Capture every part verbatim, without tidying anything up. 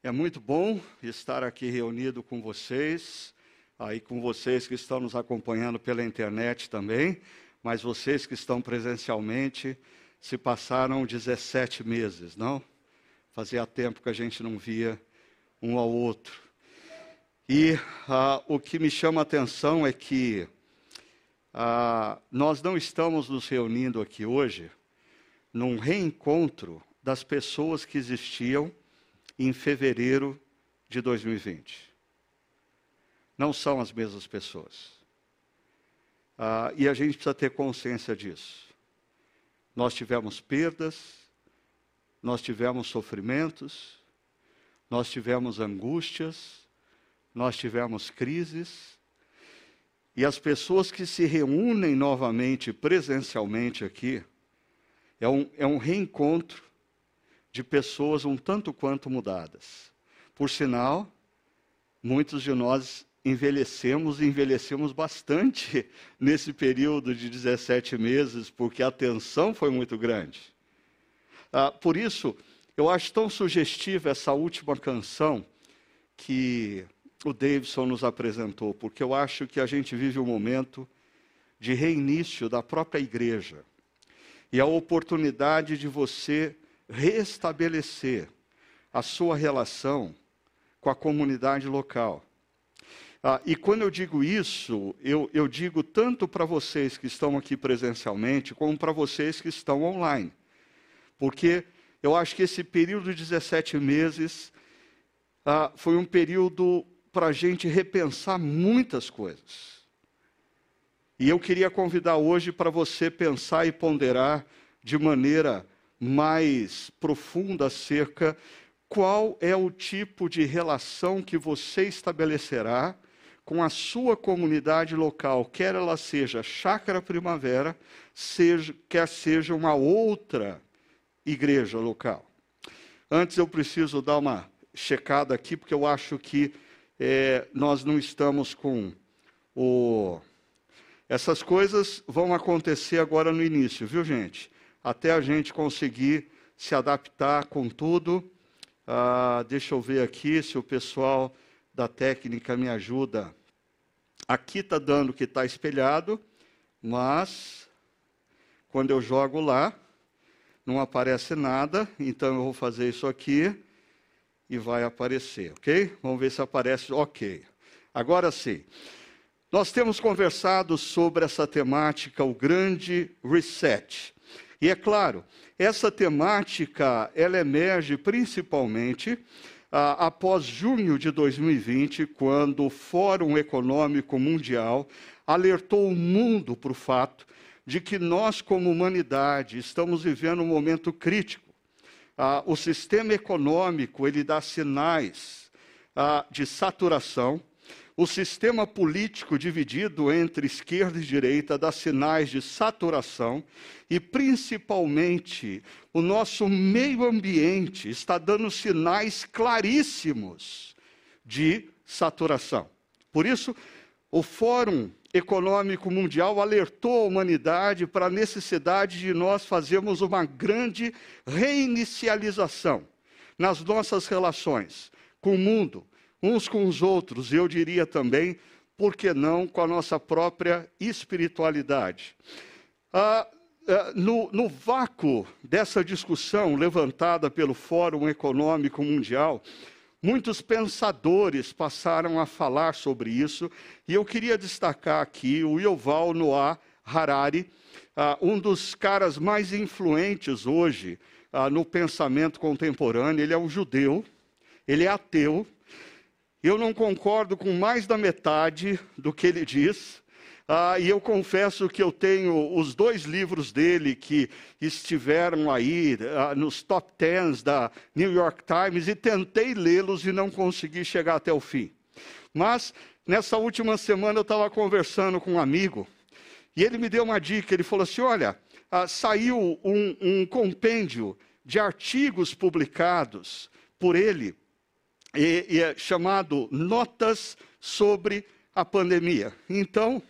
É muito bom estar aqui reunido com vocês, aí com vocês que estão nos acompanhando pela internet também, mas vocês que estão presencialmente, se passaram dezessete meses, não? Fazia tempo que a gente não via um ao outro. E ah, o que me chama a atenção é que ah, nós não estamos nos reunindo aqui hoje num reencontro das pessoas que existiam em fevereiro de dois mil e vinte. Não são as mesmas pessoas. Ah, e a gente precisa ter consciência disso. Nós tivemos perdas, nós tivemos sofrimentos, nós tivemos angústias, nós tivemos crises, e as pessoas que se reúnem novamente presencialmente aqui, é um, é um reencontro de pessoas um tanto quanto mudadas. Por sinal, muitos de nós envelhecemos e envelhecemos bastante nesse período de dezessete meses, porque a tensão foi muito grande. Ah, por isso, eu acho tão sugestiva essa última canção que o Davidson nos apresentou, porque eu acho que a gente vive um momento de reinício da própria igreja. E a oportunidade de você restabelecer a sua relação com a comunidade local. Ah, e quando eu digo isso, eu, eu digo tanto para vocês que estão aqui presencialmente, como para vocês que estão online. Porque eu acho que esse período de dezessete meses ah, foi um período para a gente repensar muitas coisas. E eu queria convidar hoje para você pensar e ponderar de maneira mais profunda acerca qual é o tipo de relação que você estabelecerá com a sua comunidade local, quer ela seja Chácara Primavera, seja, quer seja uma outra igreja local. Antes eu preciso dar uma checada aqui, porque eu acho que é, nós não estamos com o... Essas coisas vão acontecer agora no início, viu, gente? Até a gente conseguir se adaptar com tudo. Ah, deixa eu ver aqui se o pessoal da técnica me ajuda. Aqui está dando que está espelhado, mas quando eu jogo lá, não aparece nada. Então eu vou fazer isso aqui e vai aparecer, ok? Vamos ver se aparece, ok. Agora sim. Nós temos conversado sobre essa temática, o grande reset. E é claro, essa temática, ela emerge principalmente ah, após junho de dois mil e vinte, quando o Fórum Econômico Mundial alertou o mundo para o fato de que nós, como humanidade, estamos vivendo um momento crítico. Ah, o sistema econômico, ele dá sinais ah, de saturação. O sistema político dividido entre esquerda e direita dá sinais de saturação e, principalmente, o nosso meio ambiente está dando sinais claríssimos de saturação. Por isso, o Fórum Econômico Mundial alertou a humanidade para a necessidade de nós fazermos uma grande reinicialização nas nossas relações com o mundo, uns com os outros, e eu diria também, por que não, com a nossa própria espiritualidade. Ah, ah, no, no vácuo dessa discussão levantada pelo Fórum Econômico Mundial, muitos pensadores passaram a falar sobre isso, e eu queria destacar aqui o Yuval Noah Harari, ah, um dos caras mais influentes hoje ah, no pensamento contemporâneo. Ele é um judeu, ele é ateu. Eu não concordo com mais da metade do que ele diz, ah, e eu confesso que eu tenho os dois livros dele que estiveram aí ah, nos top dez da New York Times, e tentei lê-los e não consegui chegar até o fim. Mas, nessa última semana, eu estava conversando com um amigo, e ele me deu uma dica. Ele falou assim, olha, ah, saiu um, um compêndio de artigos publicados por ele, E, e é chamado Notas sobre a Pandemia. Então,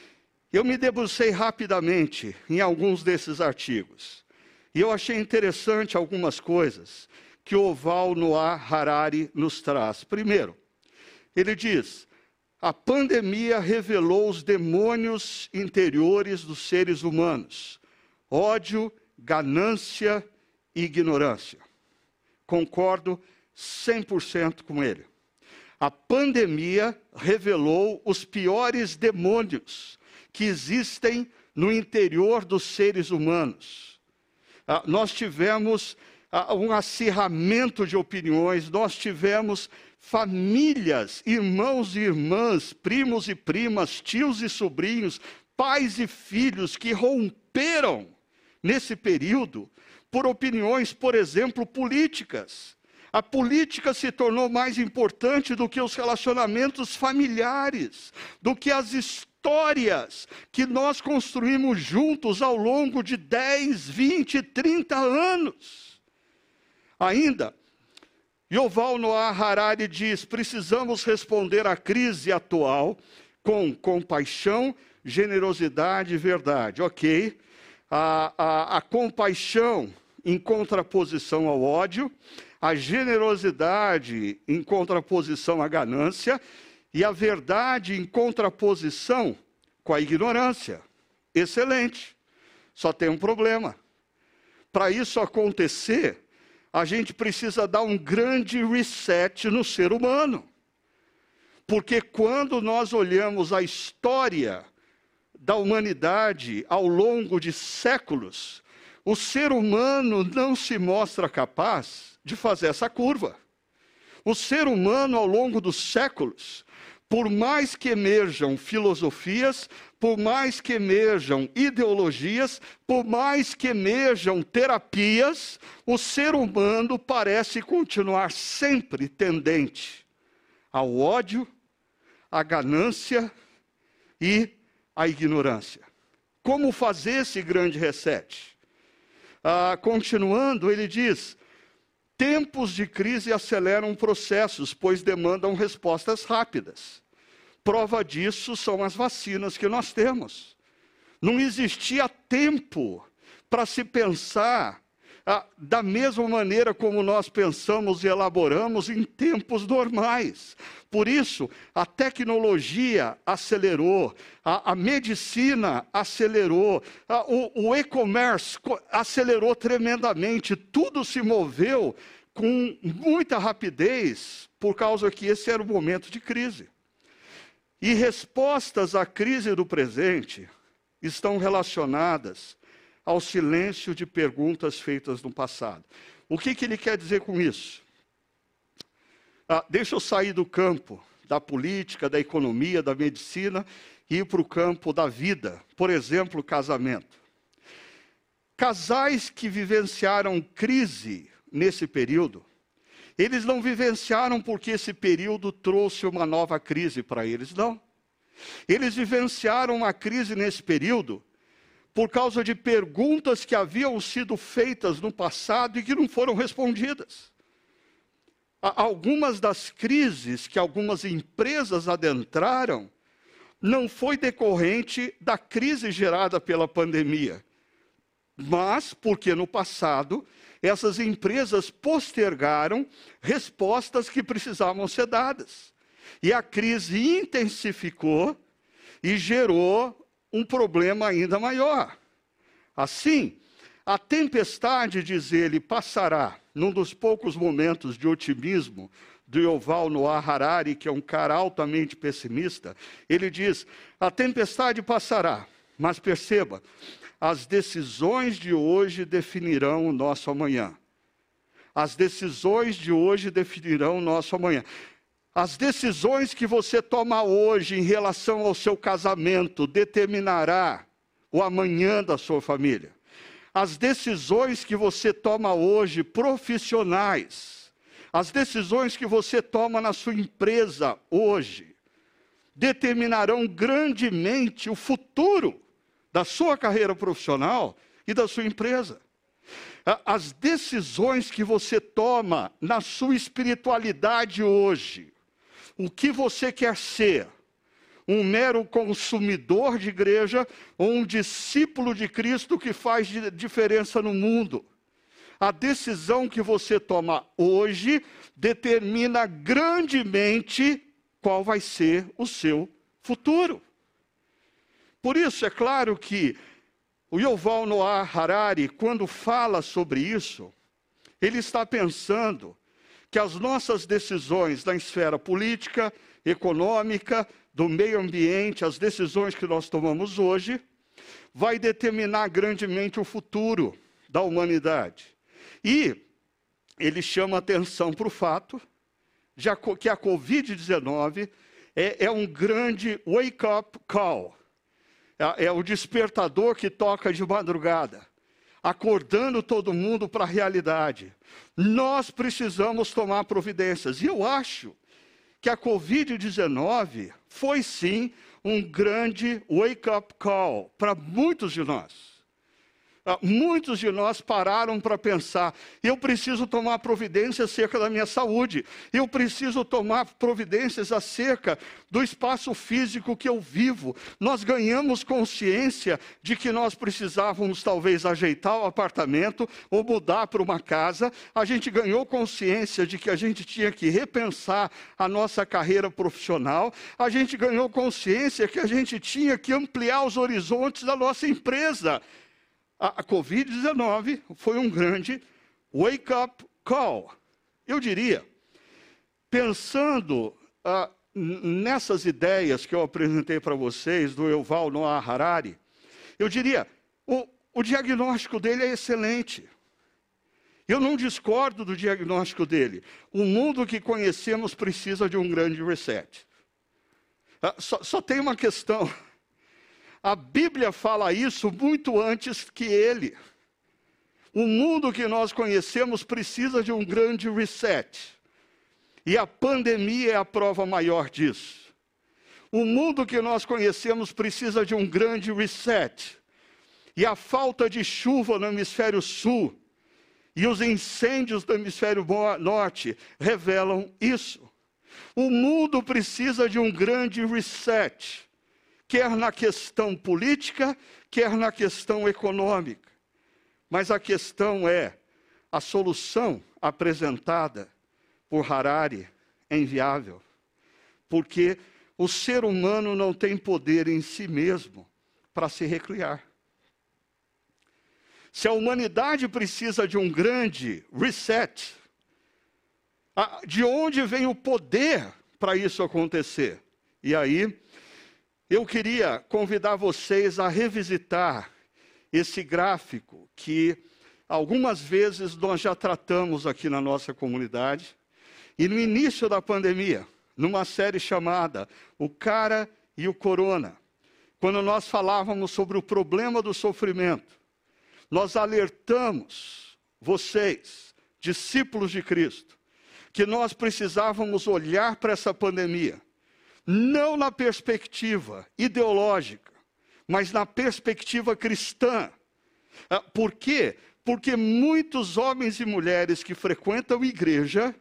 eu me debrucei rapidamente em alguns desses artigos. E eu achei interessante algumas coisas que Yuval Noah Harari nos traz. Primeiro, ele diz: a pandemia revelou os demônios interiores dos seres humanos: ódio, ganância e ignorância. Concordo cem por cento com ele. A pandemia revelou os piores demônios que existem no interior dos seres humanos. Ah, nós tivemos ah, um acirramento de opiniões, nós tivemos famílias, irmãos e irmãs, primos e primas, tios e sobrinhos, pais e filhos que romperam nesse período por opiniões, por exemplo, políticas. A política se tornou mais importante do que os relacionamentos familiares, do que as histórias que nós construímos juntos ao longo de dez, vinte, trinta anos. Ainda, Yuval Noah Harari diz: precisamos responder à crise atual com compaixão, generosidade e verdade. Ok, a, a, a compaixão em contraposição ao ódio, a generosidade em contraposição à ganância e a verdade em contraposição com a ignorância. Excelente. Só tem um problema. Para isso acontecer, a gente precisa dar um grande reset no ser humano. Porque quando nós olhamos a história da humanidade ao longo de séculos, o ser humano não se mostra capaz de fazer essa curva. O ser humano, ao longo dos séculos, por mais que emerjam filosofias, por mais que emerjam ideologias, por mais que emerjam terapias, o ser humano parece continuar sempre tendente ao ódio, à ganância e à ignorância. Como fazer esse grande reset? Ah, continuando, ele diz: tempos de crise aceleram processos, pois demandam respostas rápidas. Prova disso são as vacinas que nós temos. Não existia tempo para se pensar ah, da mesma maneira como nós pensamos e elaboramos em tempos normais. Por isso, a tecnologia acelerou, a, a medicina acelerou, a, o, o e-commerce acelerou tremendamente, tudo se moveu com muita rapidez, por causa que esse era o momento de crise. E respostas à crise do presente estão relacionadas ao silêncio de perguntas feitas no passado. O que, que ele quer dizer com isso? Ah, deixa eu sair do campo da política, da economia, da medicina e ir para o campo da vida. Por exemplo, casamento. Casais que vivenciaram crise nesse período, eles não vivenciaram porque esse período trouxe uma nova crise para eles, não. Eles vivenciaram uma crise nesse período por causa de perguntas que haviam sido feitas no passado e que não foram respondidas. Algumas das crises que algumas empresas adentraram não foi decorrente da crise gerada pela pandemia, mas porque no passado essas empresas postergaram respostas que precisavam ser dadas. E a crise intensificou e gerou um problema ainda maior. Assim, a tempestade, diz ele, passará. Num dos poucos momentos de otimismo do Yuval Noah Harari, que é um cara altamente pessimista, ele diz: a tempestade passará, mas perceba, as decisões de hoje definirão o nosso amanhã. As decisões de hoje definirão o nosso amanhã. As decisões que você toma hoje em relação ao seu casamento determinará o amanhã da sua família. As decisões que você toma hoje profissionais, as decisões que você toma na sua empresa hoje, determinarão grandemente o futuro da sua carreira profissional e da sua empresa. As decisões que você toma na sua espiritualidade hoje, o que você quer ser, um mero consumidor de igreja ou um discípulo de Cristo que faz diferença no mundo. A decisão que você toma hoje determina grandemente qual vai ser o seu futuro. Por isso, é claro que o Yuval Noah Harari, quando fala sobre isso, ele está pensando que as nossas decisões na esfera política, econômica, do meio ambiente, as decisões que nós tomamos hoje, vai determinar grandemente o futuro da humanidade. E ele chama atenção para o fato de que a covid dezenove é, é um grande wake-up call. É, é o despertador que toca de madrugada, acordando todo mundo para a realidade. Nós precisamos tomar providências. E eu acho que a covid dezenove foi, sim, um grande wake-up call para muitos de nós. Muitos de nós pararam para pensar, eu preciso tomar providências acerca da minha saúde, eu preciso tomar providências acerca do espaço físico que eu vivo. Nós ganhamos consciência de que nós precisávamos talvez ajeitar o apartamento ou mudar para uma casa. A gente ganhou consciência de que a gente tinha que repensar a nossa carreira profissional. A gente ganhou consciência que a gente tinha que ampliar os horizontes da nossa empresa. A covid dezenove foi um grande wake-up call. Eu diria, pensando ah, nessas ideias que eu apresentei para vocês, do Yuval Noah Harari, eu diria, o, o diagnóstico dele é excelente. Eu não discordo do diagnóstico dele. O mundo que conhecemos precisa de um grande reset. Ah, só, só tem uma questão. A Bíblia fala isso muito antes que ele. O mundo que nós conhecemos precisa de um grande reset. E a pandemia é a prova maior disso. O mundo que nós conhecemos precisa de um grande reset. E a falta de chuva no hemisfério sul e os incêndios do hemisfério norte revelam isso. O mundo precisa de um grande reset. Quer na questão política, quer na questão econômica. Mas a questão é, a solução apresentada por Harari é inviável, porque o ser humano não tem poder em si mesmo para se recriar. Se a humanidade precisa de um grande reset, de onde vem o poder para isso acontecer? E aí, eu queria convidar vocês a revisitar esse gráfico que algumas vezes nós já tratamos aqui na nossa comunidade. E no início da pandemia, numa série chamada O Cara e o Corona, quando nós falávamos sobre o problema do sofrimento, nós alertamos vocês, discípulos de Cristo, que nós precisávamos olhar para essa pandemia não na perspectiva ideológica, mas na perspectiva cristã. Por quê? Porque muitos homens e mulheres que frequentam a igreja,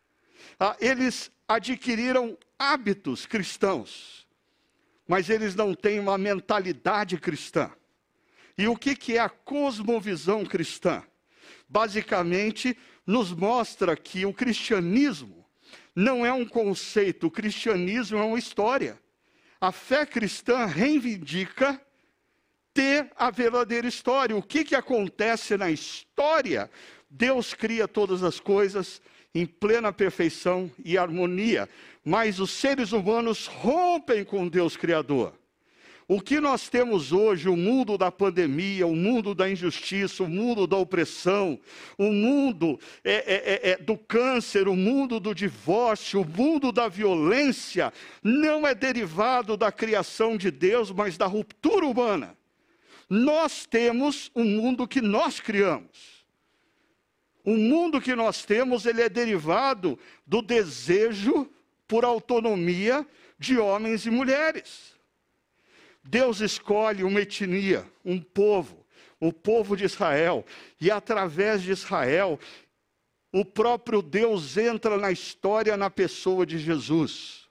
eles adquiriram hábitos cristãos, mas eles não têm uma mentalidade cristã. E o que que é a cosmovisão cristã? Basicamente, nos mostra que o cristianismo não é um conceito, o cristianismo é uma história. A fé cristã reivindica ter a verdadeira história. O que que acontece na história? Deus cria todas as coisas em plena perfeição e harmonia, mas os seres humanos rompem com Deus Criador. O que nós temos hoje, o mundo da pandemia, o mundo da injustiça, o mundo da opressão, o mundo é, é, é, do câncer, o mundo do divórcio, o mundo da violência, não é derivado da criação de Deus, mas da ruptura humana. Nós temos um mundo que nós criamos. O mundo que nós temos, ele é derivado do desejo por autonomia de homens e mulheres. Deus escolhe uma etnia, um povo, o povo de Israel, e através de Israel, o próprio Deus entra na história na pessoa de Jesus.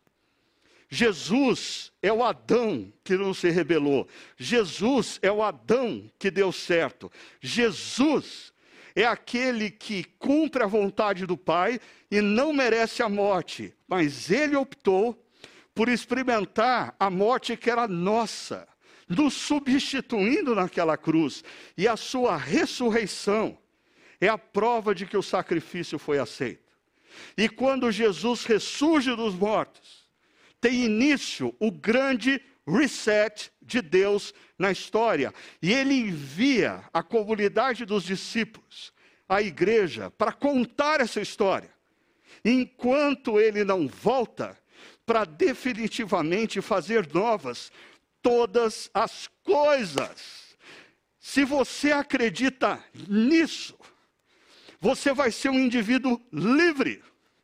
Jesus é o Adão que não se rebelou. Jesus é o Adão que deu certo. Jesus é aquele que cumpre a vontade do Pai e não merece a morte, mas ele optou por experimentar a morte que era nossa, nos substituindo naquela cruz. E a sua ressurreição é a prova de que o sacrifício foi aceito. E quando Jesus ressurge dos mortos, tem início o grande reset de Deus na história. E ele envia a comunidade dos discípulos, a igreja, para contar essa história. Enquanto ele não volta para definitivamente fazer novas todas as coisas. Se você acredita nisso, você vai ser um indivíduo livre.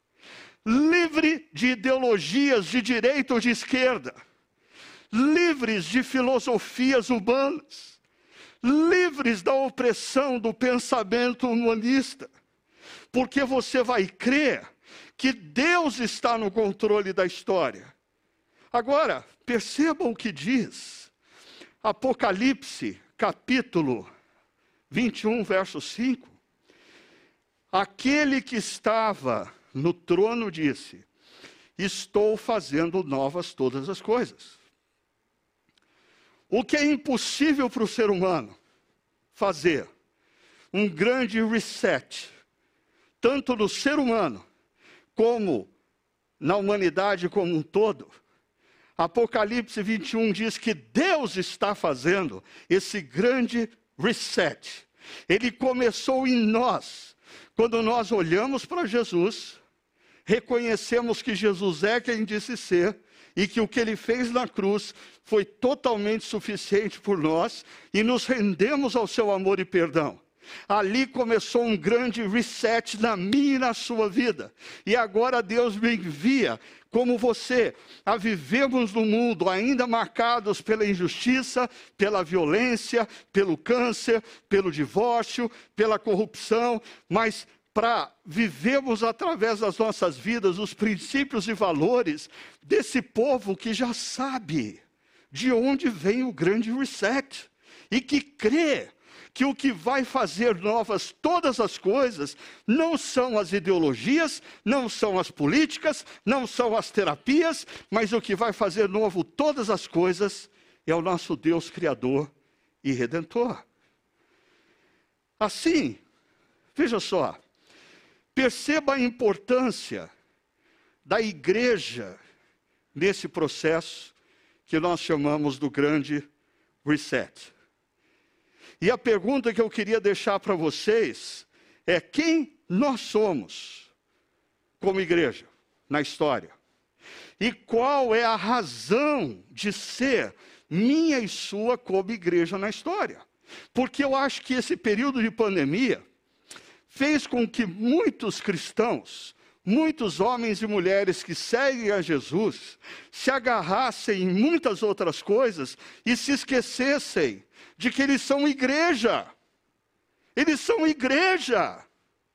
Livre de ideologias de direita ou de esquerda. Livres de filosofias humanas. Livres da opressão do pensamento humanista. Porque você vai crer que Deus está no controle da história. Agora, percebam o que diz Apocalipse, capítulo vinte e um, verso cinco. Aquele que estava no trono disse: estou fazendo novas todas as coisas. O que é impossível para o ser humano fazer? Um grande reset, tanto no ser humano, como na humanidade como um todo. Apocalipse vinte e um diz que Deus está fazendo esse grande reset. Ele começou em nós. Quando nós olhamos para Jesus, reconhecemos que Jesus é quem disse ser, e que o que ele fez na cruz foi totalmente suficiente por nós, e nos rendemos ao seu amor e perdão. Ali começou um grande reset na minha e na sua vida. E agora Deus me envia, como você, a vivermos no mundo ainda marcados pela injustiça, pela violência, pelo câncer, pelo divórcio, pela corrupção, mas para vivermos através das nossas vidas os princípios e valores desse povo que já sabe de onde vem o grande reset e que crê que o que vai fazer novas todas as coisas não são as ideologias, não são as políticas, não são as terapias, mas o que vai fazer novo todas as coisas é o nosso Deus Criador e Redentor. Assim, veja só, perceba a importância da igreja nesse processo que nós chamamos do grande reset. E a pergunta que eu queria deixar para vocês é: quem nós somos como igreja na história? E qual é a razão de ser minha e sua como igreja na história? Porque eu acho que esse período de pandemia fez com que muitos cristãos, muitos homens e mulheres que seguem a Jesus, se agarrassem em muitas outras coisas e se esquecessem de que eles são igreja. Eles são igreja.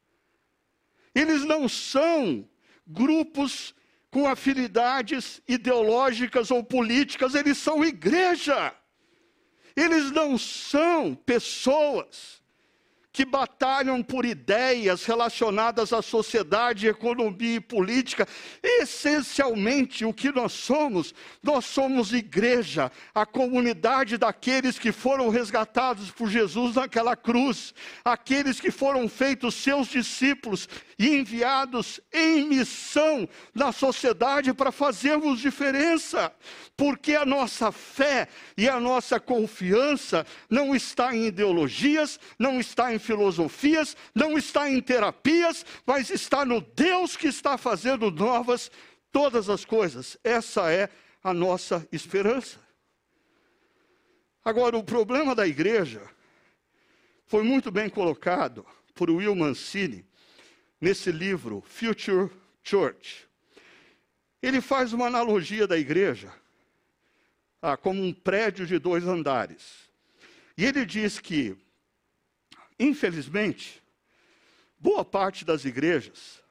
Eles não são grupos com afinidades ideológicas ou políticas, eles são igreja. Eles não são pessoas que batalham por ideias relacionadas à sociedade, economia e política. Essencialmente, o que nós somos, nós somos igreja, a comunidade daqueles que foram resgatados por Jesus naquela cruz, aqueles que foram feitos seus discípulos e enviados em missão na sociedade para fazermos diferença, porque a nossa fé e a nossa confiança não está em ideologias, não está em filosofias, não está em terapias, mas está no Deus que está fazendo novas todas as coisas. Essa é a nossa esperança. Agora, o problema da igreja foi muito bem colocado por Will Mancini nesse livro, Future Church. Ele faz uma analogia da igreja ah, como um prédio de dois andares. E ele diz que, infelizmente, boa parte das igrejas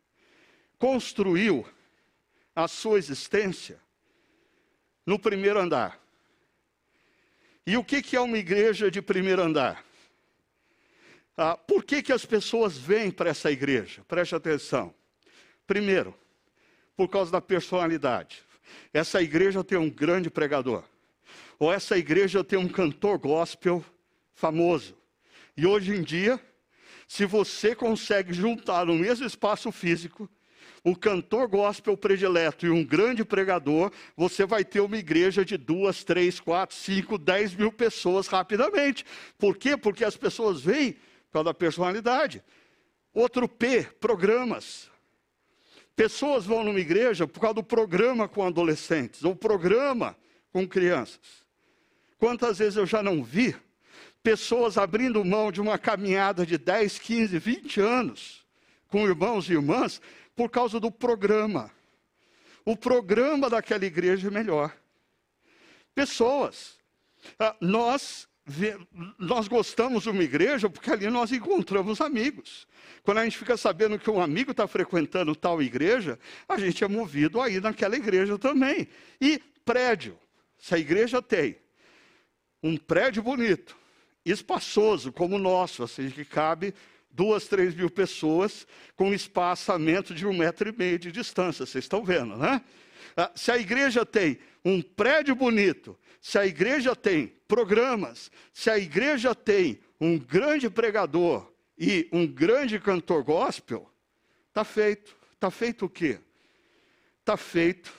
construiu a sua existência no primeiro andar. E o que é uma igreja de primeiro andar? Ah, por que que as pessoas vêm para essa igreja? Preste atenção. Primeiro, por causa da personalidade. Essa igreja tem um grande pregador. Ou essa igreja tem um cantor gospel famoso. E hoje em dia, se você consegue juntar no mesmo espaço físico um cantor gospel predileto e um grande pregador, você vai ter uma igreja de duas, três, quatro, cinco, dez mil pessoas rapidamente. Por quê? Porque as pessoas vêm por causa da personalidade. Outro P, programas. Pessoas vão numa igreja por causa do programa com adolescentes, ou programa com crianças. Quantas vezes eu já não vi pessoas abrindo mão de uma caminhada de dez, quinze, vinte anos com irmãos e irmãs por causa do programa. O programa daquela igreja é melhor. Pessoas. Ah, nós, nós gostamos de uma igreja porque ali nós encontramos amigos. Quando a gente fica sabendo que um amigo está frequentando tal igreja, a gente é movido a ir naquela igreja também. E prédio. Se a igreja tem um prédio bonito, espaçoso como o nosso, assim, que cabe duas, três mil pessoas, com espaçamento de um metro e meio de distância, vocês estão vendo, né? Se a igreja tem um prédio bonito, se a igreja tem programas, se a igreja tem um grande pregador e um grande cantor gospel, está feito. Está feito o quê? Está feito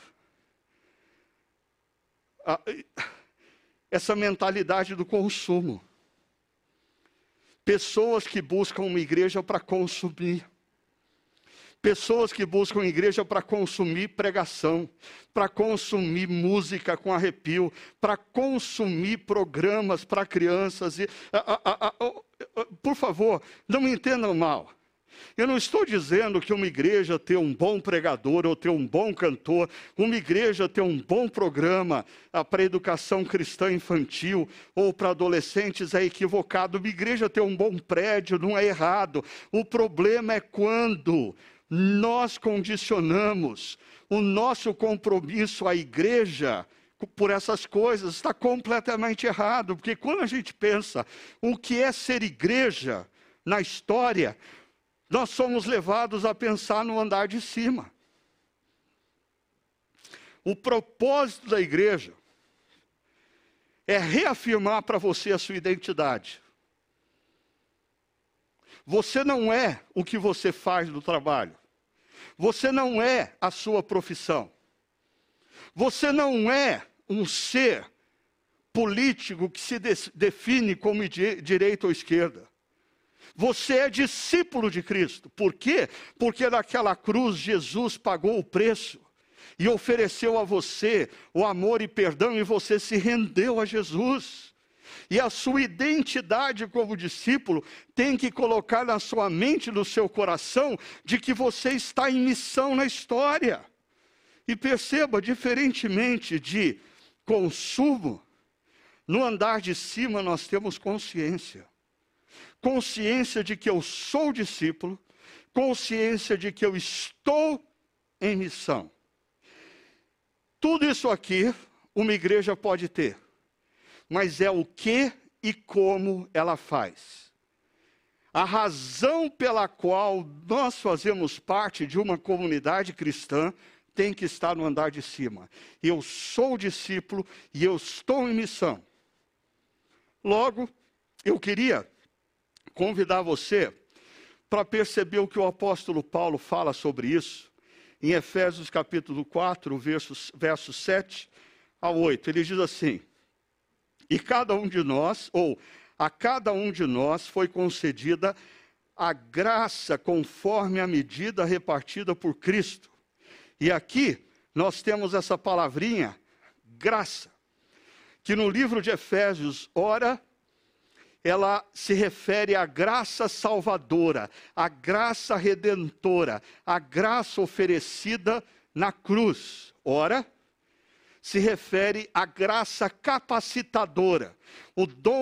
a, essa mentalidade do consumo. Pessoas que buscam uma igreja para consumir. Pessoas que buscam igreja para consumir pregação, para consumir música com arrepio, para consumir programas para crianças. E, a, a, a, a, por favor, não me entendam mal. Eu não estou dizendo que uma igreja ter um bom pregador ou ter um bom cantor, uma igreja ter um bom programa para educação cristã infantil ou para adolescentes é equivocado. Uma igreja ter um bom prédio não é errado. O problema é quando nós condicionamos o nosso compromisso à igreja por essas coisas. Está completamente errado, porque quando a gente pensa o que é ser igreja na história, nós somos levados a pensar no andar de cima. O propósito da igreja é reafirmar para você a sua identidade. Você não é o que você faz no trabalho. Você não é a sua profissão. Você não é um ser político que se de- define como de direita ou esquerda. Você é discípulo de Cristo. Por quê? Porque naquela cruz Jesus pagou o preço e ofereceu a você o amor e perdão, e você se rendeu a Jesus. E a sua identidade como discípulo tem que colocar na sua mente e no seu coração de que você está em missão na história. E perceba, diferentemente de consumo, no andar de cima nós temos consciência. Consciência de que eu sou discípulo, consciência de que eu estou em missão. Tudo isso aqui uma igreja pode ter, mas é o que e como ela faz. A razão pela qual nós fazemos parte de uma comunidade cristã tem que estar no andar de cima. Eu sou discípulo e eu estou em missão. Logo, eu queria convidar você para perceber o que o apóstolo Paulo fala sobre isso, em Efésios capítulo quatro, versos, versos sete a oito. Ele diz assim: e cada um de nós, ou a cada um de nós foi concedida a graça conforme a medida repartida por Cristo. E aqui nós temos essa palavrinha, graça, que no livro de Efésios, ora, ela se refere à graça salvadora, à graça redentora, à graça oferecida na cruz. Ora, se refere à graça capacitadora, o dom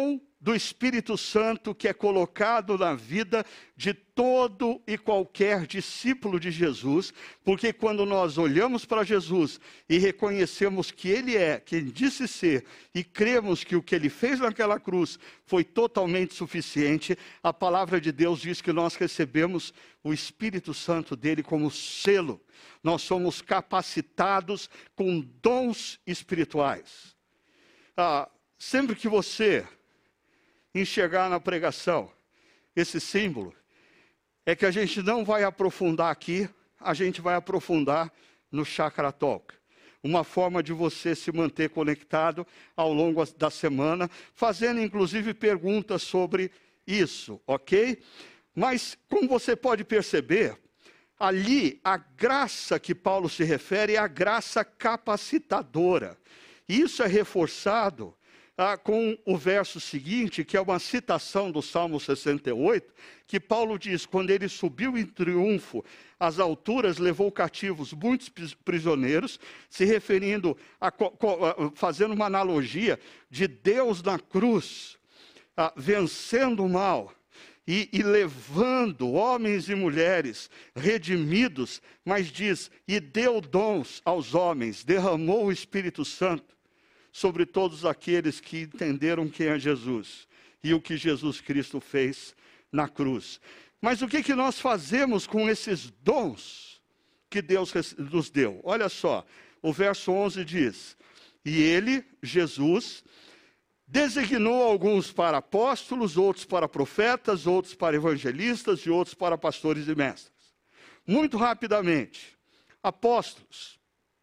do Espírito Santo que é colocado na vida de todo e qualquer discípulo de Jesus, porque quando nós olhamos para Jesus e reconhecemos que Ele é quem disse ser e cremos que o que Ele fez naquela cruz foi totalmente suficiente, a palavra de Deus diz que nós recebemos o Espírito Santo dele como selo. Nós somos capacitados com dons espirituais. Ah, sempre que você enxergar na pregação esse símbolo, é que a gente não vai aprofundar aqui, a gente vai aprofundar no Chakra Talk. Uma forma de você se manter conectado ao longo da semana, fazendo inclusive perguntas sobre isso, ok? Mas, como você pode perceber, ali a graça que Paulo se refere é a graça capacitadora. Isso é reforçado Ah, com o verso seguinte, que é uma citação do Salmo sessenta e oito, que Paulo diz, quando ele subiu em triunfo às alturas, levou cativos muitos prisioneiros, se referindo, a, a, fazendo uma analogia de Deus na cruz, ah, vencendo o mal e, e levando homens e mulheres redimidos, mas diz, e deu dons aos homens, derramou o Espírito Santo sobre todos aqueles que entenderam quem é Jesus e o que Jesus Cristo fez na cruz. Mas o que, que nós fazemos com esses dons que Deus nos deu? Olha só, o verso onze diz, e ele, Jesus, designou alguns para apóstolos, outros para profetas, outros para evangelistas e outros para pastores e mestres. Muito rapidamente, apóstolos.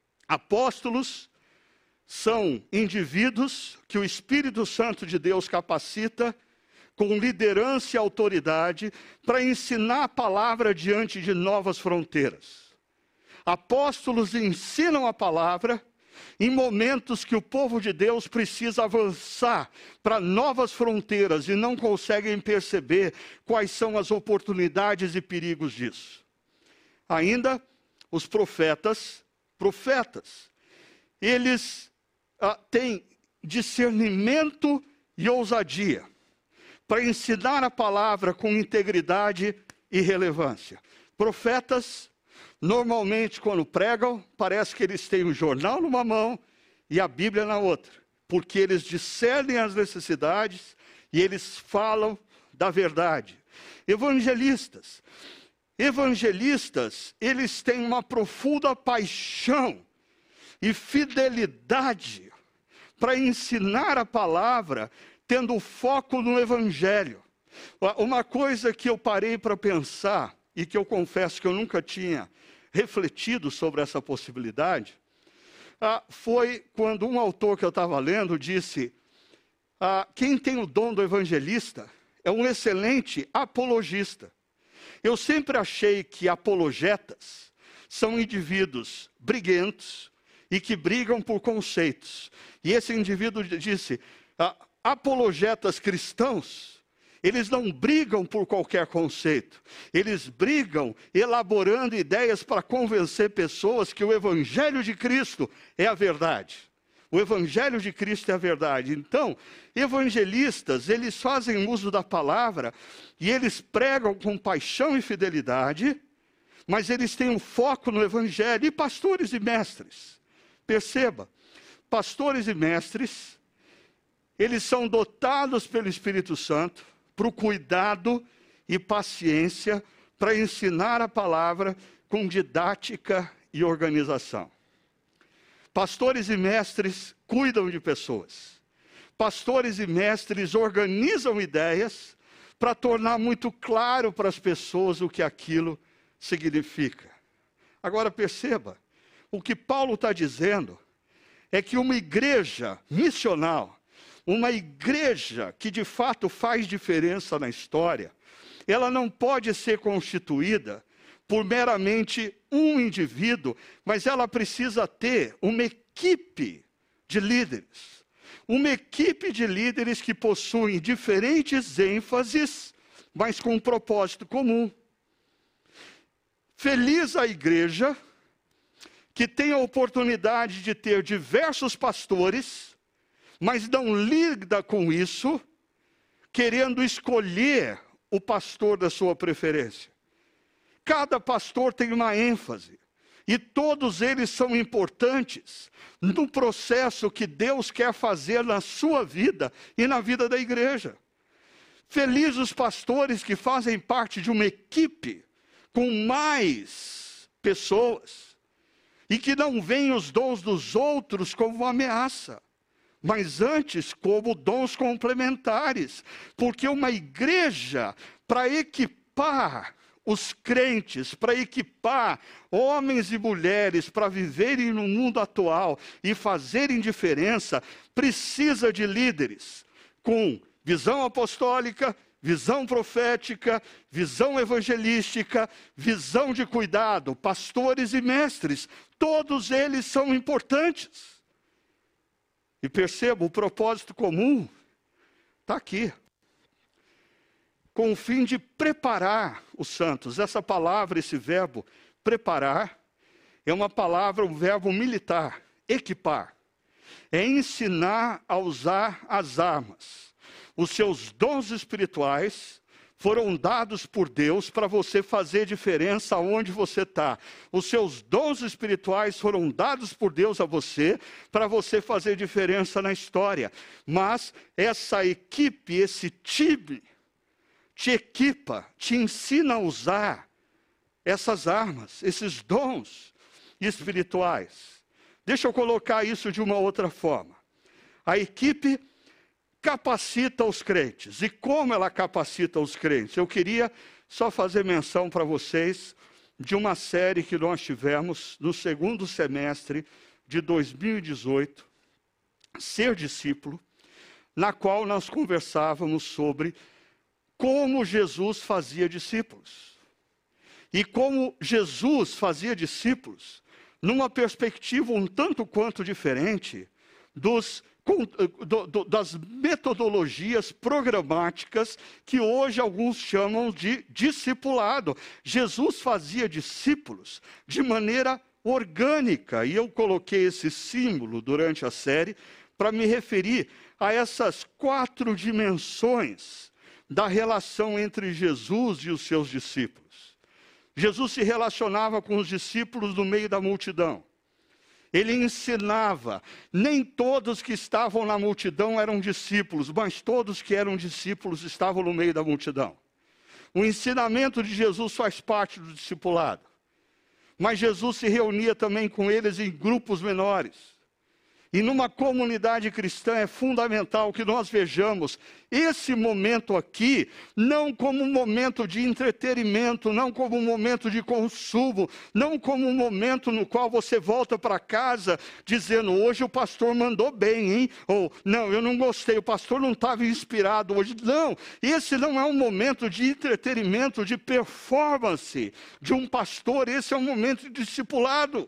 Apóstolos são indivíduos que o Espírito Santo de Deus capacita com liderança e autoridade para ensinar a palavra diante de novas fronteiras. Apóstolos ensinam a palavra em momentos que o povo de Deus precisa avançar para novas fronteiras e não conseguem perceber quais são as oportunidades e perigos disso. Ainda, os profetas, profetas, eles ah, têm discernimento e ousadia para ensinar a palavra com integridade e relevância. Profetas, normalmente, quando pregam, parece que eles têm um jornal numa mão e a Bíblia na outra, porque eles discernem as necessidades e eles falam da verdade. Evangelistas. Evangelistas, eles têm uma profunda paixão e fidelidade para ensinar a palavra, tendo foco no Evangelho. Uma coisa que eu parei para pensar, e que eu confesso que eu nunca tinha refletido sobre essa possibilidade, ah, foi quando um autor que eu estava lendo disse, ah, quem tem o dom do evangelista é um excelente apologista. Eu sempre achei que apologetas são indivíduos briguentos e que brigam por conceitos. E esse indivíduo disse, ah, apologetas cristãos, eles não brigam por qualquer conceito. Eles brigam elaborando ideias para convencer pessoas que o Evangelho de Cristo é a verdade. O Evangelho de Cristo é a verdade. Então, evangelistas, eles fazem uso da palavra e eles pregam com paixão e fidelidade, mas eles têm um foco no Evangelho. E pastores e mestres, perceba, pastores e mestres, eles são dotados pelo Espírito Santo para o cuidado e paciência para ensinar a palavra com didática e organização. Pastores e mestres cuidam de pessoas. Pastores e mestres organizam ideias para tornar muito claro para as pessoas o que aquilo significa. Agora perceba, o que Paulo está dizendo é que uma igreja missional, uma igreja que de fato faz diferença na história, ela não pode ser constituída por meramente um indivíduo, mas ela precisa ter uma equipe de líderes. Uma equipe de líderes que possuem diferentes ênfases, mas com um propósito comum. Feliz a igreja que tem a oportunidade de ter diversos pastores, mas não lida com isso querendo escolher o pastor da sua preferência. Cada pastor tem uma ênfase, e todos eles são importantes no processo que Deus quer fazer na sua vida e na vida da igreja. Felizes os pastores que fazem parte de uma equipe com mais pessoas, e que não veem os dons dos outros como uma ameaça, mas antes como dons complementares, porque uma igreja, para equipar os crentes, para equipar homens e mulheres para viverem no mundo atual e fazerem diferença, precisa de líderes com visão apostólica, visão profética, visão evangelística, visão de cuidado, pastores e mestres. Todos eles são importantes. E perceba, o propósito comum está aqui. Com o fim de preparar os santos. Essa palavra, esse verbo, preparar, é uma palavra, um verbo militar, equipar. É ensinar a usar as armas. Os seus dons espirituais foram dados por Deus para você fazer diferença onde você está. Os seus dons espirituais foram dados por Deus a você para você fazer diferença na história. Mas essa equipe, esse time, te equipa, te ensina a usar essas armas, esses dons espirituais. Deixa eu colocar isso de uma outra forma. A equipe capacita os crentes. E como ela capacita os crentes? Eu queria só fazer menção para vocês de uma série que nós tivemos no segundo semestre de dois mil e dezoito, Ser Discípulo, na qual nós conversávamos sobre como Jesus fazia discípulos. E como Jesus fazia discípulos numa perspectiva um tanto quanto diferente dos, do, do, das metodologias programáticas que hoje alguns chamam de discipulado. Jesus fazia discípulos de maneira orgânica, e eu coloquei esse símbolo durante a série para me referir a essas quatro dimensões da relação entre Jesus e os seus discípulos. Jesus se relacionava com os discípulos no meio da multidão. Ele ensinava. Nem todos que estavam na multidão eram discípulos, mas todos que eram discípulos estavam no meio da multidão. O ensinamento de Jesus faz parte do discipulado. Mas Jesus se reunia também com eles em grupos menores. E numa comunidade cristã é fundamental que nós vejamos esse momento aqui, não como um momento de entretenimento, não como um momento de consumo, não como um momento no qual você volta para casa dizendo, hoje o pastor mandou bem, hein? Ou, não, eu não gostei, o pastor não estava inspirado hoje. Não, esse não é um momento de entretenimento, de performance de um pastor, esse é um momento de discipulado.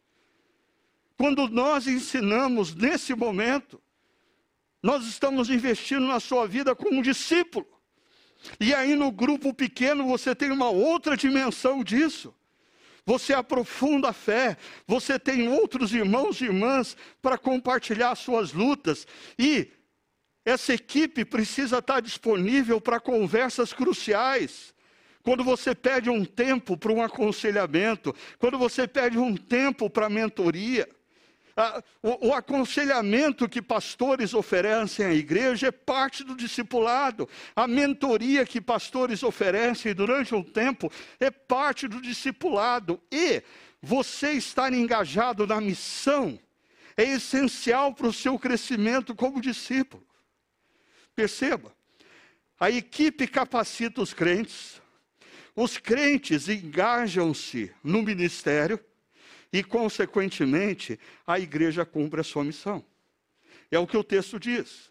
Quando nós ensinamos nesse momento, nós estamos investindo na sua vida como um discípulo. E aí no grupo pequeno você tem uma outra dimensão disso. Você aprofunda a fé, você tem outros irmãos e irmãs para compartilhar suas lutas. E essa equipe precisa estar disponível para conversas cruciais. Quando você pede um tempo para um aconselhamento, quando você pede um tempo para mentoria, Ah, o, o aconselhamento que pastores oferecem à igreja é parte do discipulado. A mentoria que pastores oferecem durante um tempo é parte do discipulado. E você estar engajado na missão é essencial para o seu crescimento como discípulo. Perceba, a equipe capacita os crentes, os crentes engajam-se no ministério, e, consequentemente, a igreja cumpre a sua missão. É o que o texto diz.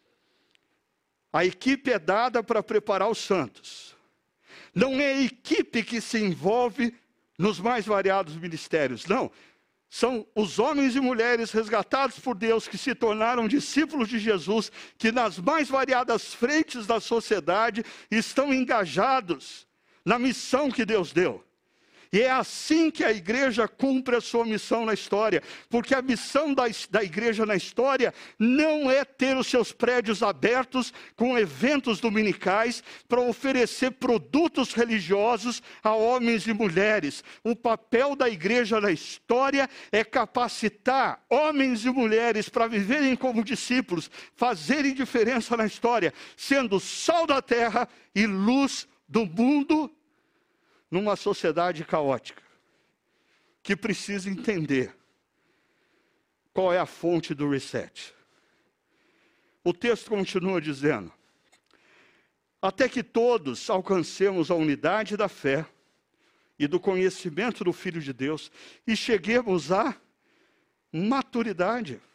A equipe é dada para preparar os santos. Não é a equipe que se envolve nos mais variados ministérios, não. São os homens e mulheres resgatados por Deus que se tornaram discípulos de Jesus, que nas mais variadas frentes da sociedade estão engajados na missão que Deus deu. E é assim que a igreja cumpre a sua missão na história. Porque a missão da, da igreja na história não é ter os seus prédios abertos com eventos dominicais para oferecer produtos religiosos a homens e mulheres. O papel da igreja na história é capacitar homens e mulheres para viverem como discípulos, fazerem diferença na história, sendo sal da terra e luz do mundo, numa sociedade caótica, que precisa entender qual é a fonte do reset. O texto continua dizendo: até que todos alcancemos a unidade da fé e do conhecimento do Filho de Deus e cheguemos à maturidade.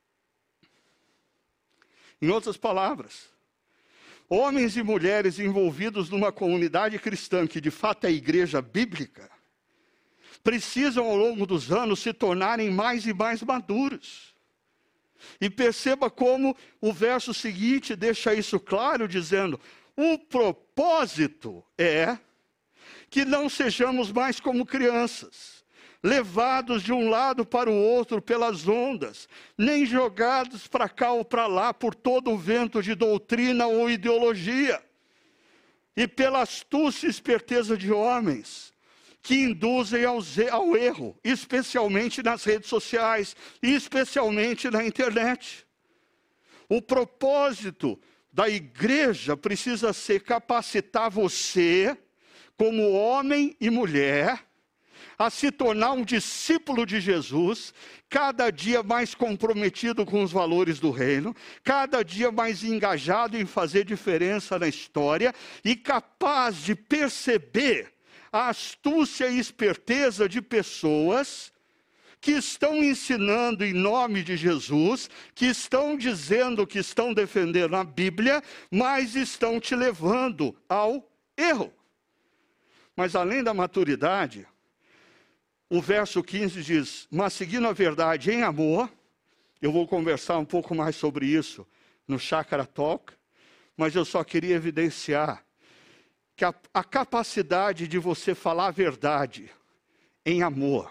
Em outras palavras, homens e mulheres envolvidos numa comunidade cristã, que de fato é a igreja bíblica, precisam ao longo dos anos se tornarem mais e mais maduros. E perceba como o verso seguinte deixa isso claro, dizendo: o propósito é que não sejamos mais como crianças, levados de um lado para o outro pelas ondas, nem jogados para cá ou para lá por todo o vento de doutrina ou ideologia, e pela astúcia e esperteza de homens, que induzem ao, ao erro, especialmente nas redes sociais, e especialmente na internet. O propósito da igreja precisa ser capacitar você, como homem e mulher, a se tornar um discípulo de Jesus, cada dia mais comprometido com os valores do reino, cada dia mais engajado em fazer diferença na história e capaz de perceber a astúcia e esperteza de pessoas que estão ensinando em nome de Jesus, que estão dizendo que estão defendendo a Bíblia, mas estão te levando ao erro. Mas além da maturidade, o verso quinze diz: mas seguindo a verdade em amor, eu vou conversar um pouco mais sobre isso no Chakra Talk, mas eu só queria evidenciar que a, a capacidade de você falar a verdade em amor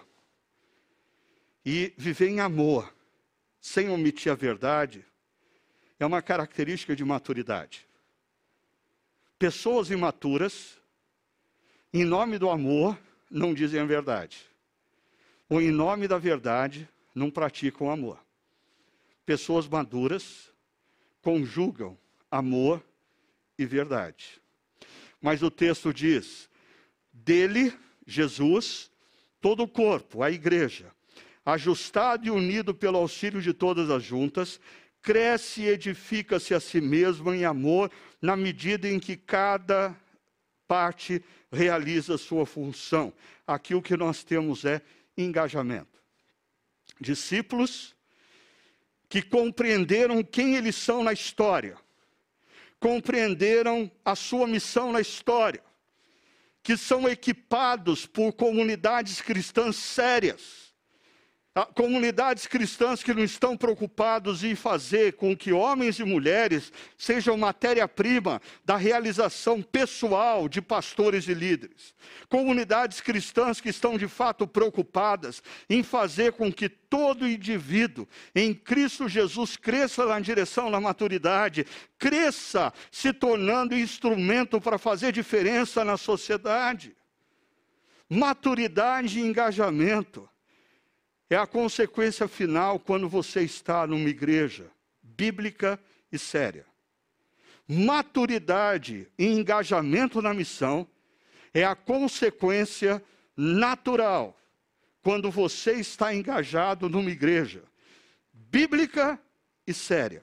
e viver em amor, sem omitir a verdade, é uma característica de maturidade. Pessoas imaturas, em nome do amor, não dizem a verdade. Ou em nome da verdade, não praticam amor. Pessoas maduras conjugam amor e verdade. Mas o texto diz: dele, Jesus, todo o corpo, a igreja, ajustado e unido pelo auxílio de todas as juntas, cresce e edifica-se a si mesmo em amor, na medida em que cada parte realiza sua função. Aqui o que nós temos é engajamento. Discípulos que compreenderam quem eles são na história, compreenderam a sua missão na história, que são equipados por comunidades cristãs sérias, comunidades cristãs que não estão preocupados em fazer com que homens e mulheres sejam matéria-prima da realização pessoal de pastores e líderes. Comunidades cristãs que estão de fato preocupadas em fazer com que todo indivíduo em Cristo Jesus cresça na direção da maturidade, cresça se tornando instrumento para fazer diferença na sociedade. Maturidade e engajamento é a consequência final quando você está numa igreja bíblica e séria. Maturidade e engajamento na missão é a consequência natural quando você está engajado numa igreja bíblica e séria.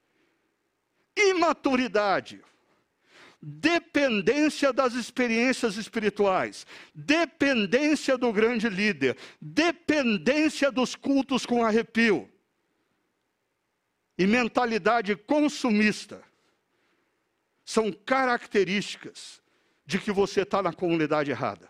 Imaturidade, dependência das experiências espirituais, dependência do grande líder, dependência dos cultos com arrepio e mentalidade consumista são características de que você está na comunidade errada.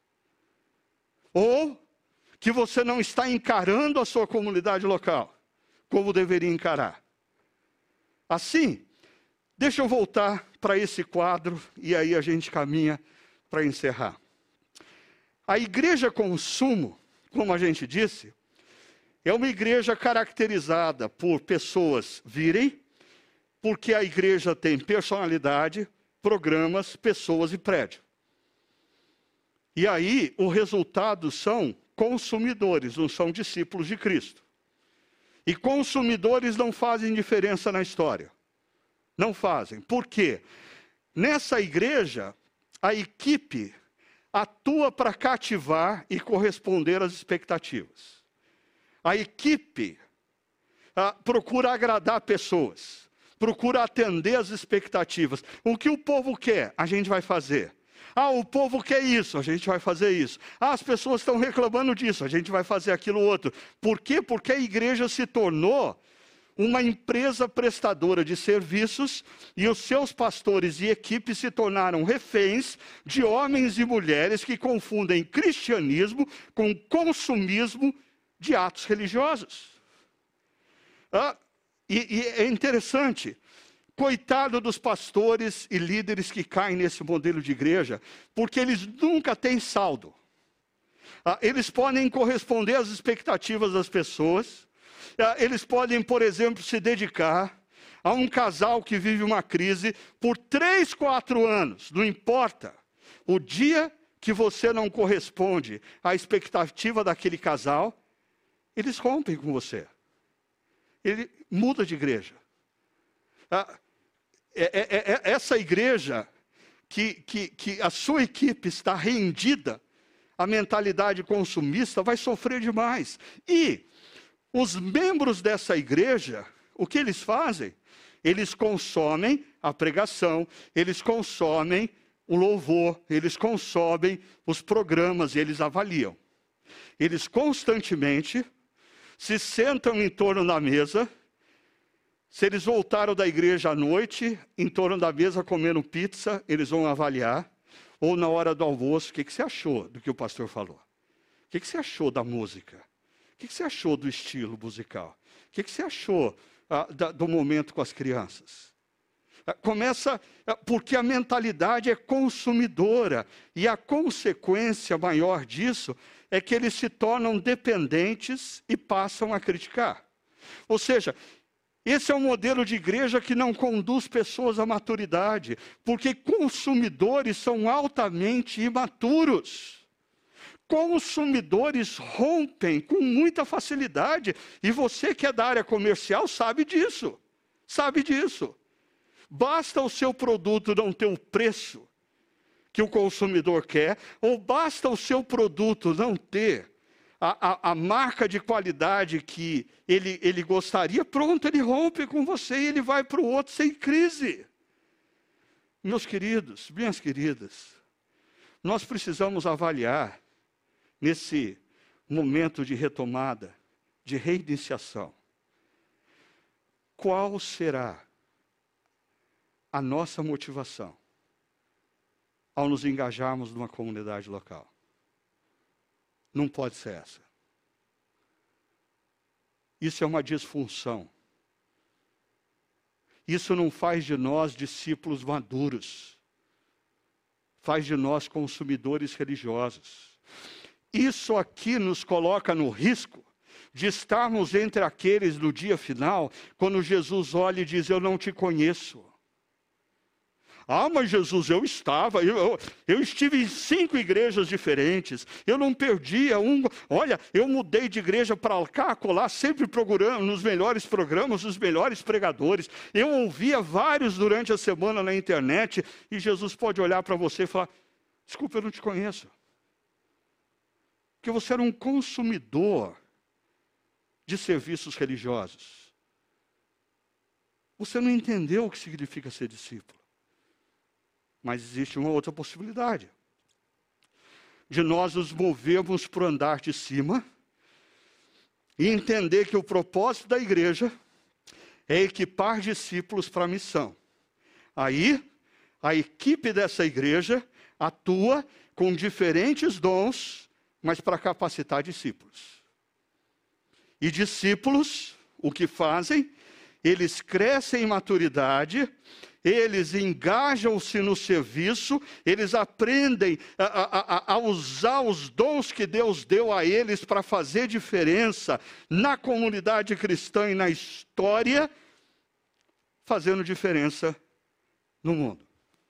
Ou que você não está encarando a sua comunidade local como deveria encarar. Assim, deixa eu voltar para esse quadro e aí a gente caminha para encerrar. A igreja consumo, como a gente disse, é uma igreja caracterizada por pessoas virem, porque a igreja tem personalidade, programas, pessoas e prédio. E aí, o resultado são consumidores, não são discípulos de Cristo. E consumidores não fazem diferença na história. Não fazem. Por quê? Nessa igreja, a equipe atua para cativar e corresponder às expectativas. A equipe ah, procura agradar pessoas, procura atender às expectativas. O que o povo quer, a gente vai fazer. Ah, o povo quer isso, a gente vai fazer isso. Ah, as pessoas estão reclamando disso, a gente vai fazer aquilo outro. Por quê? Porque a igreja se tornou uma empresa prestadora de serviços e os seus pastores e equipe se tornaram reféns de homens e mulheres que confundem cristianismo com consumismo de atos religiosos. Ah, e, e é interessante, coitado dos pastores e líderes que caem nesse modelo de igreja, porque eles nunca têm saldo. Ah, eles podem corresponder às expectativas das pessoas. Eles podem, por exemplo, se dedicar a um casal que vive uma crise por três, quatro anos. Não importa. O dia que você não corresponde à expectativa daquele casal, eles rompem com você. Ele muda de igreja. É, é, é essa igreja que, que, que a sua equipe está rendida à mentalidade consumista vai sofrer demais. E os membros dessa igreja, o que eles fazem? Eles consomem a pregação, eles consomem o louvor, eles consomem os programas e eles avaliam. Eles constantemente se sentam em torno da mesa. Se eles voltaram da igreja à noite, em torno da mesa comendo pizza, eles vão avaliar. Ou na hora do almoço, o que, que você achou do que o pastor falou? O que, que você achou da música? O que você achou do estilo musical? O que você achou ah, da, do momento com as crianças? Ah, começa, ah, porque a mentalidade é consumidora. E a consequência maior disso é que eles se tornam dependentes e passam a criticar. Ou seja, esse é um modelo de igreja que não conduz pessoas à maturidade, porque consumidores são altamente imaturos. Consumidores rompem com muita facilidade. E você que é da área comercial sabe disso. Sabe disso. Basta o seu produto não ter o preço que o consumidor quer, ou basta o seu produto não ter a, a, a marca de qualidade que ele, ele gostaria, pronto, ele rompe com você e ele vai para o outro sem crise. Meus queridos, minhas queridas, nós precisamos avaliar nesse momento de retomada, de reiniciação, qual será a nossa motivação ao nos engajarmos numa comunidade local? Não pode ser essa. Isso é uma disfunção. Isso não faz de nós discípulos maduros. Faz de nós consumidores religiosos. Isso aqui nos coloca no risco de estarmos entre aqueles no dia final, quando Jesus olha e diz, eu não te conheço. Ah, mas Jesus, eu estava, eu, eu, eu estive em cinco igrejas diferentes, eu não perdia um, olha, eu mudei de igreja para cá, colar, sempre procurando nos melhores programas, os melhores pregadores, eu ouvia vários durante a semana na internet, e Jesus pode olhar para você e falar, desculpa, eu não te conheço. Porque você era um consumidor de serviços religiosos. Você não entendeu o que significa ser discípulo. Mas existe uma outra possibilidade. De nós nos movermos para o andar de cima e entender que o propósito da igreja é equipar discípulos para a missão. Aí, a equipe dessa igreja atua com diferentes dons, mas para capacitar discípulos. E discípulos, o que fazem? Eles crescem em maturidade, eles engajam-se no serviço, eles aprendem a, a, a usar os dons que Deus deu a eles para fazer diferença na comunidade cristã e na história, fazendo diferença no mundo.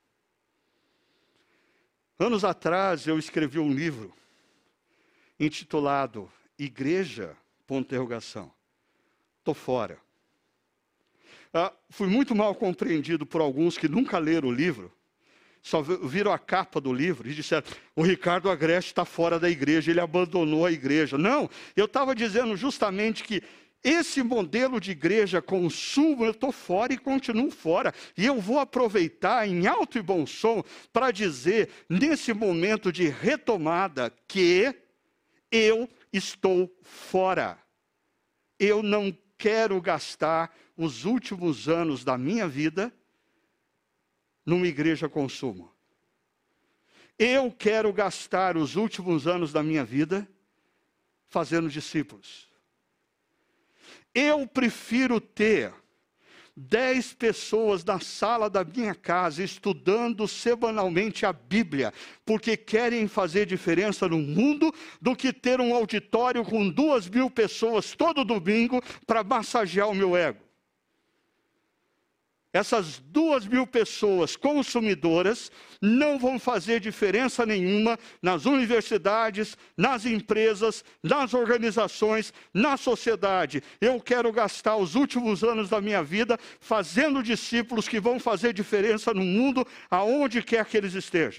Anos atrás eu escrevi um livro intitulado Igreja, ponto de interrogação, tô fora. Ah, fui muito mal compreendido por alguns que nunca leram o livro, só viram a capa do livro e disseram, o Ricardo Agreste está fora da igreja, ele abandonou a igreja. Não, eu estava dizendo justamente que esse modelo de igreja consumo, eu estou fora e continuo fora. E eu vou aproveitar em alto e bom som para dizer, nesse momento de retomada, que eu estou fora. Eu não quero gastar os últimos anos da minha vida numa igreja consumo. Eu quero gastar os últimos anos da minha vida fazendo discípulos. Eu prefiro ter dez pessoas na sala da minha casa estudando semanalmente a Bíblia, porque querem fazer diferença no mundo, do que ter um auditório com duas mil pessoas todo domingo para massagear o meu ego. Essas duas mil pessoas consumidoras não vão fazer diferença nenhuma nas universidades, nas empresas, nas organizações, na sociedade. Eu quero gastar os últimos anos da minha vida fazendo discípulos que vão fazer diferença no mundo, aonde quer que eles estejam.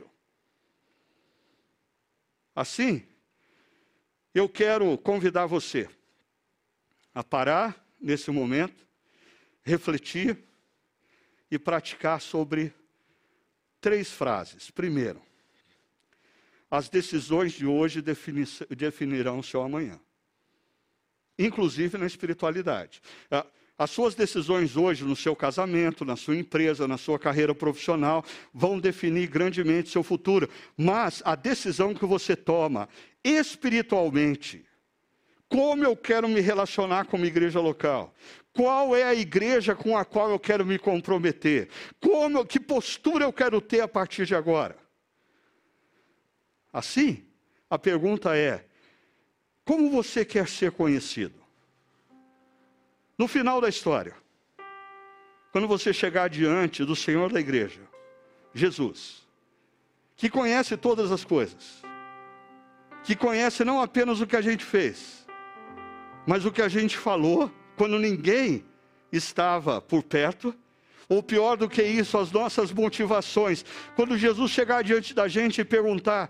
Assim, eu quero convidar você a parar nesse momento, refletir, e praticar sobre três frases. Primeiro, as decisões de hoje definirão o seu amanhã, inclusive na espiritualidade. As suas decisões hoje no seu casamento, na sua empresa, na sua carreira profissional, vão definir grandemente seu futuro. Mas a decisão que você toma espiritualmente, como eu quero me relacionar com uma igreja local? Qual é a igreja com a qual eu quero me comprometer? Como, que postura eu quero ter a partir de agora? Assim, a pergunta é, como você quer ser conhecido? No final da história, quando você chegar diante do Senhor da igreja, Jesus, que conhece todas as coisas, que conhece não apenas o que a gente fez, mas o que a gente falou, quando ninguém estava por perto, ou pior do que isso, as nossas motivações. Quando Jesus chegar diante da gente e perguntar,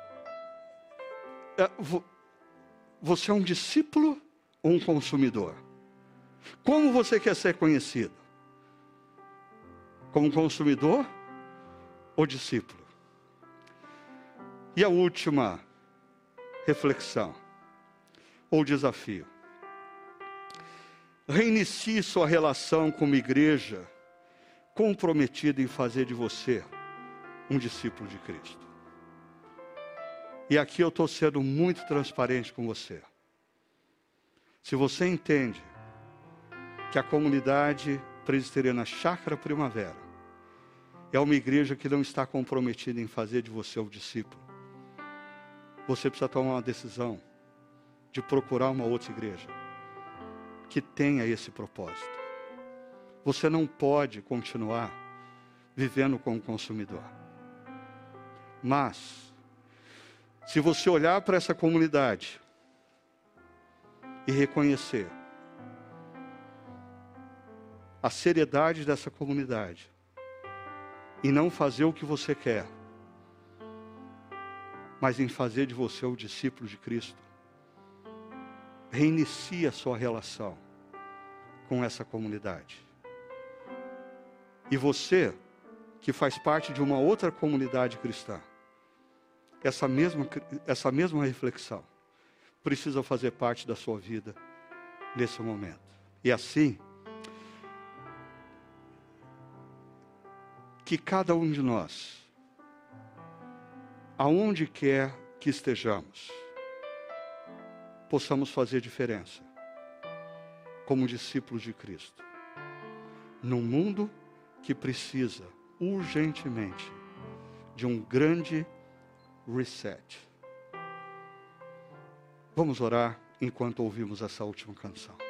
você é um discípulo ou um consumidor? Como você quer ser conhecido? Como consumidor ou discípulo? E a última reflexão, ou desafio. Reinicie sua relação com uma igreja comprometida em fazer de você um discípulo de Cristo. E aqui eu estou sendo muito transparente com você. Se você entende que a comunidade presbiteriana Chácara Primavera é uma igreja que não está comprometida em fazer de você um discípulo, você precisa tomar uma decisão de procurar uma outra igreja que tenha esse propósito. Você não pode continuar vivendo como consumidor. Mas, se você olhar para essa comunidade e reconhecer a seriedade dessa comunidade e não fazer o que você quer, mas em fazer de você o discípulo de Cristo, reinicie a sua relação com essa comunidade. E você, que faz parte de uma outra comunidade cristã, essa mesma, essa mesma reflexão precisa fazer parte da sua vida nesse momento. E assim, que cada um de nós, aonde quer que estejamos, possamos fazer diferença como discípulos de Cristo, num mundo que precisa urgentemente de um grande reset. Vamos orar enquanto ouvimos essa última canção.